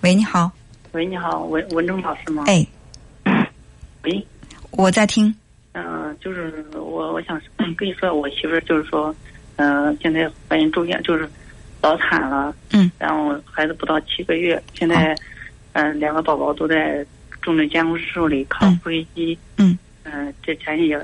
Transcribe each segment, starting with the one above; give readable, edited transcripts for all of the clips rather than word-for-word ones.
喂，你好。 喂，你好，文正老师吗？ 哎， 喂， 我在听。 就是我想跟你说，我媳妇儿就是说，现在怀孕住院，就是早产了，然后孩子不到7个月，现在2个宝宝都在重症监护室里靠呼吸机，这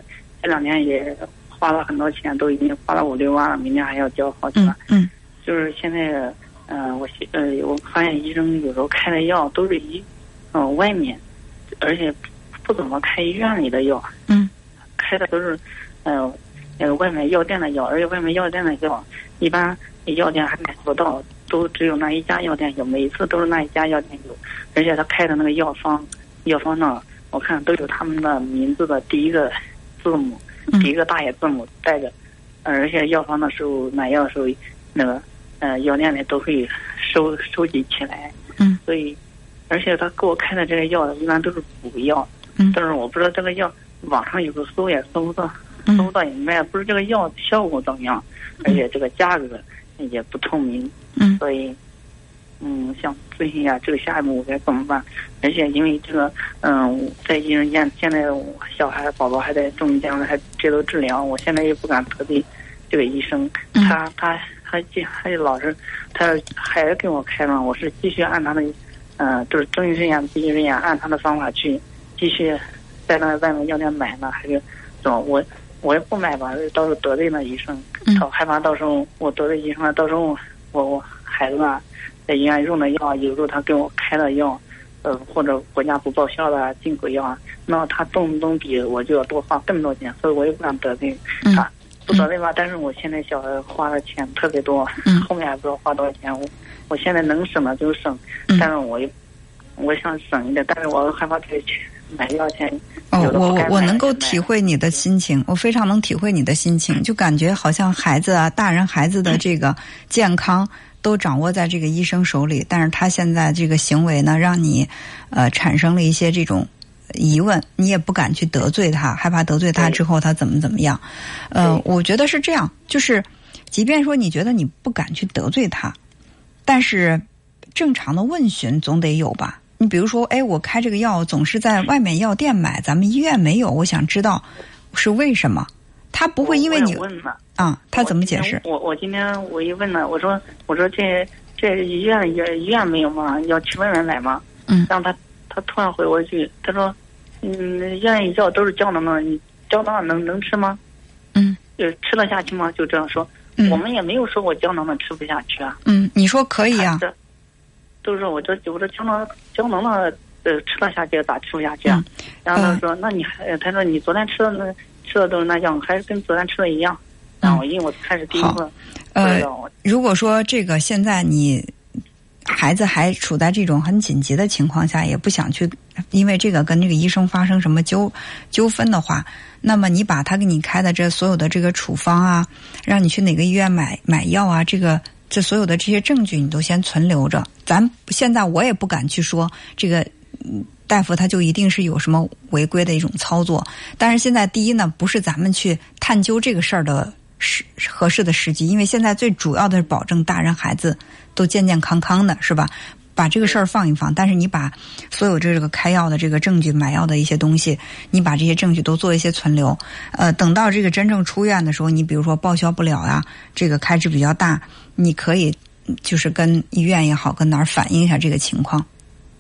2年也花了很多钱，都已经花了5、6万了，明年还要交好几万。就是现在，我发现医生有时候开的药都是外面，而且不怎么开医院里的药，开的都是外面药店的药，而且外面药店的药一般药店还买不到，都只有那一家药店有，每一次都是那一家药店有，而且他开的那个药方呢，我看都有他们的名字的第一个字母，第一个大写字母带着，而且药方的时候买药的时候那个药店里都会收集起来，所以而且他给我开的这个药一般都是补药，但是我不知道这个药网上有时候搜也搜不到也卖，不知这个药效果怎么样，而且这个价格也不透明，所以想咨询一下这个下一步我该怎么办。而且因为这个在医院现在小孩宝宝还在重症监护还接受治疗，我现在也不敢得罪这个医生，他老是他还是给我开嘛，我是继续按他的就是正规人员、必须人员按他的方法去继续在那外面药店买呢，还是怎么？我也不买吧，到时候得罪那医生，我害怕到时候我得罪医生了，到时候我孩子啊在医院用的药，有时候他给我开的药，或者国家不报销的进口药啊，那他动不动比我就要多花更多钱，所以我也不敢得罪他。不得罪吧，但是我现在小孩花的钱特别多，后面还不知道花多少钱。我现在能省的就省，但是我想省一点，但是我害怕这买药钱。 我能够体会你的心情，我非常能体会你的心情，就感觉好像孩子啊，大人孩子的这个健康都掌握在这个医生手里，但是他现在这个行为呢，让你产生了一些这种疑问，你也不敢去得罪他，害怕得罪他之后他怎么样。我觉得是这样，就是即便说你觉得你不敢去得罪他，但是正常的问询总得有吧。你比如说，我开这个药总是在外面药店买，咱们医院没有，我想知道是为什么。他不会因为你问了他怎么解释？ 我今天我一问了，我说这医院没有吗？要去问问来吗？让他突然回我一句，他说医院药都是胶囊的，你胶囊能吃吗？吃得下去吗？就这样说。我们也没有说过胶囊的吃不下去啊。你说可以啊。 都是我这胶囊的吃得下去，咋吃不下去啊？然后他说他说你昨天吃的都是那样，还是跟昨天吃的一样。然后因为我开始第一个如果说这个现在你孩子还处在这种很紧急的情况下，也不想去因为这个跟这个医生发生什么纠纷的话，那么你把他给你开的这所有的这个处方啊，让你去哪个医院买药啊，这所有的这些证据你都先存留着。现在我也不敢去说这个大夫他就一定是有什么违规的一种操作，但是现在第一呢，不是咱们去探究这个事儿的合适的时机，因为现在最主要的是保证大人孩子都健健康康的，是吧？把这个事儿放一放，但是你把所有这个开药的这个证据、买药的一些东西，你把这些证据都做一些存留。等到这个真正出院的时候，你比如说报销不了呀，这个开支比较大，你可以就是跟医院也好，跟哪儿反映一下这个情况。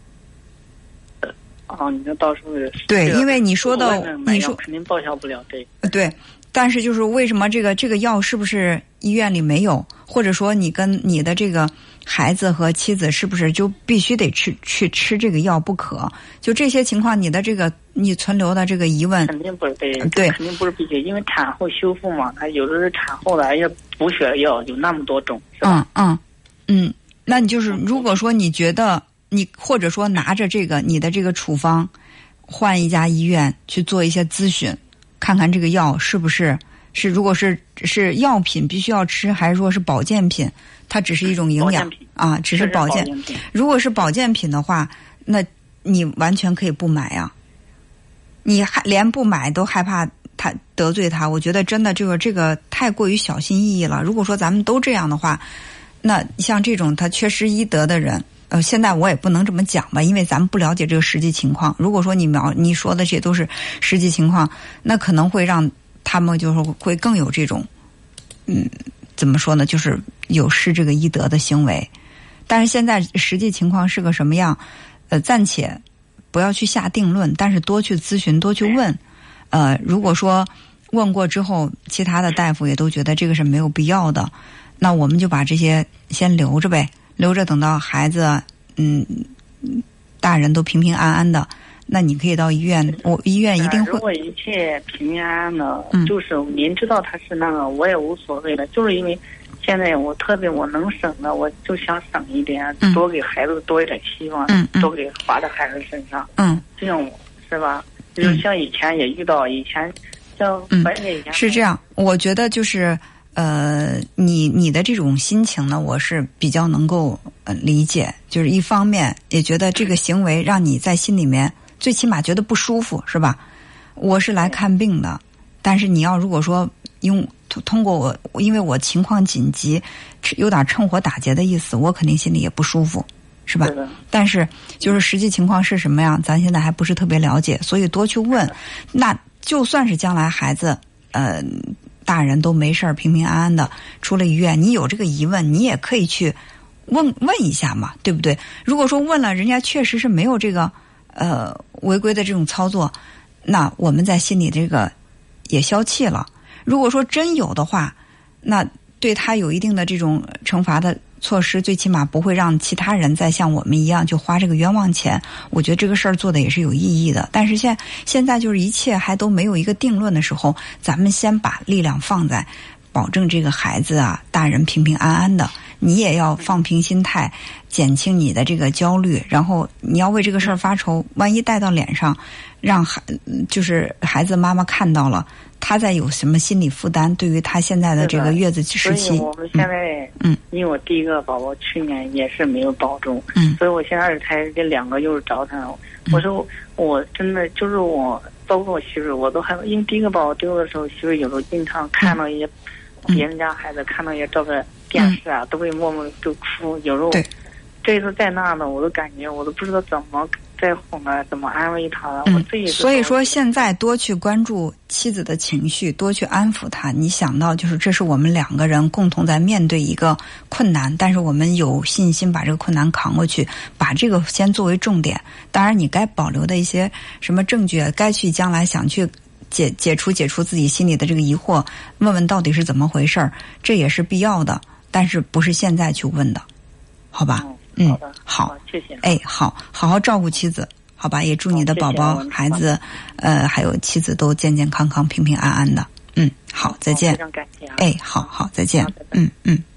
你就到时候对，因为你说肯定报销不了这个。 对。但是就是为什么这个药是不是医院里没有，或者说你跟你的这个孩子和妻子是不是就必须得去吃这个药不可？就这些情况，你的这个你存留的这个疑问， 肯定不是对，肯定不是必须，因为产后修复嘛，它有的是产后的，而且补血药有那么多种，是吧？ 那你就是如果说你觉得你或者说拿着这个你的这个处方，换一家医院去做一些咨询。看看这个药是不是如果是药品必须要吃，还是说是保健品，它只是一种营养啊，只是保健。如果是保健品的话，那你完全可以不买啊。你连不买都害怕他得罪他，我觉得真的这个太过于小心翼翼了。如果说咱们都这样的话，那像这种他缺失医德的人， 现在我也不能这么讲吧，因为咱们不了解这个实际情况。如果说你说的这些都是实际情况，那可能会让他们就是会更有这种，怎么说呢，就是有失这个医德的行为。但是现在实际情况是个什么样？暂且不要去下定论，但是多去咨询，多去问。如果说问过之后，其他的大夫也都觉得这个是没有必要的，那我们就把这些先留着呗，留着等到孩子，大人都平平安安的，那你可以到医院，医院一定会。 如果一切平平安安的，就是明知道他是那个，我也无所谓了，就是因为现在我能省的，我就想省一点，多给孩子多一点希望，多给花在孩子身上，这样是吧？就是像以前也遇到，像是这样，我觉得就是你的这种心情呢，我是比较能够理解。就是一方面也觉得这个行为让你在心里面最起码觉得不舒服，是吧？我是来看病的，但是你要如果说通过因为我情况紧急，有点趁火打劫的意思，我肯定心里也不舒服。是吧？但是就是实际情况是什么样，咱现在还不是特别了解，所以多去问。那就算是将来孩子大人都没事平平安安的出了医院，你有这个疑问，你也可以去问一下嘛，对不对？如果说问了，人家确实是没有这个违规的这种操作，那我们在心里这个也消气了。如果说真有的话，那对他有一定的这种惩罚的措施，最起码不会让其他人再像我们一样就花这个冤枉钱。我觉得这个事儿做的也是有意义的。但是现在就是一切还都没有一个定论的时候，咱们先把力量放在保证这个孩子啊大人平平安安的，你也要放平心态，减轻你的这个焦虑，然后你要为这个事儿发愁，万一带到脸上，让就是孩子妈妈看到了，他在有什么心理负担，对于他现在的这个月子时期。 所以我们现在因为我第一个宝宝去年也是没有保重，所以我现在2胎这2个又是着他。我说我真的就是我包括我媳妇我都害怕，因为第一个宝宝丢的时候，媳妇有时候经常看到一些别人家孩子，看到一些照片电视啊，都会默默就哭。有时候这次在那呢，我都感觉我都不知道怎么再哄啊，怎么安慰他了。 所以说现在多去关注妻子的情绪，多去安抚她。你想到就是这是我们2个人共同在面对一个困难，但是我们有信心把这个困难扛过去，把这个先作为重点。当然你该保留的一些什么证据，该去将来想去解除自己心里的这个疑惑，问问到底是怎么回事，这也是必要的，但是不是现在去问的，好吧？ 好的， 好， 谢谢。 好好照顾妻子，好吧？也祝你的宝宝、孩子，还有妻子都健健康康、平平安安的。好，再见。 非常感谢。 好，再见。